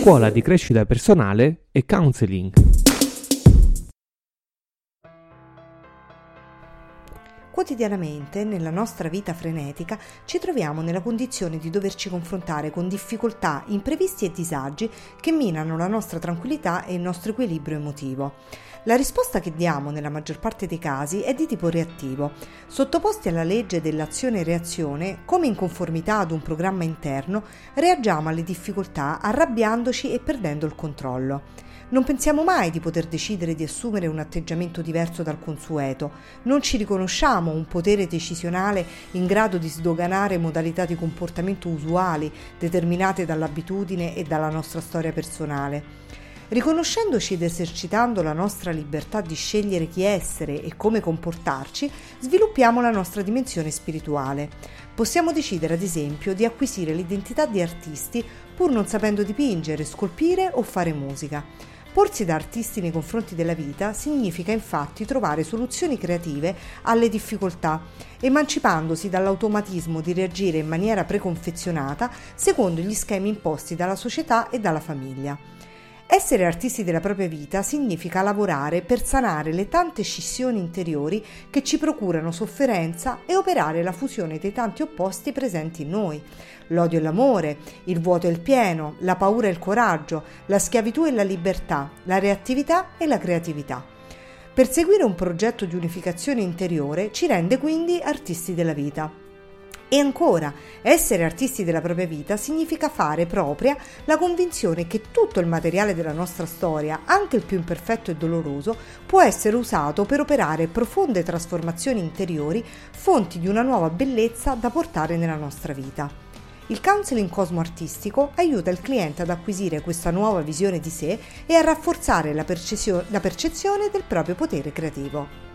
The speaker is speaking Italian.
scuola di crescita personale e counseling. Quotidianamente, nella nostra vita frenetica, ci troviamo nella condizione di doverci confrontare con difficoltà, imprevisti e disagi che minano la nostra tranquillità e il nostro equilibrio emotivo. La risposta che diamo nella maggior parte dei casi è di tipo reattivo. Sottoposti alla legge dell'azione e reazione, come in conformità ad un programma interno, reagiamo alle difficoltà arrabbiandoci e perdendo il controllo. Non pensiamo mai di poter decidere di assumere un atteggiamento diverso dal consueto, non ci riconosciamo un potere decisionale in grado di sdoganare modalità di comportamento usuali determinate dall'abitudine e dalla nostra storia personale. Riconoscendoci ed esercitando la nostra libertà di scegliere chi essere e come comportarci, sviluppiamo la nostra dimensione spirituale. Possiamo decidere, ad esempio, di acquisire l'identità di artisti pur non sapendo dipingere, scolpire o fare musica. Porsi da artisti nei confronti della vita significa infatti trovare soluzioni creative alle difficoltà, emancipandosi dall'automatismo di reagire in maniera preconfezionata secondo gli schemi imposti dalla società e dalla famiglia. Essere artisti della propria vita significa lavorare per sanare le tante scissioni interiori che ci procurano sofferenza e operare la fusione dei tanti opposti presenti in noi. L'odio e l'amore, il vuoto e il pieno, la paura e il coraggio, la schiavitù e la libertà, la reattività e la creatività. Perseguire un progetto di unificazione interiore ci rende quindi artisti della vita. E ancora, essere artisti della propria vita significa fare propria la convinzione che tutto il materiale della nostra storia, anche il più imperfetto e doloroso, può essere usato per operare profonde trasformazioni interiori, fonti di una nuova bellezza da portare nella nostra vita. Il counseling cosmoartistico aiuta il cliente ad acquisire questa nuova visione di sé e a rafforzare la percezione del proprio potere creativo.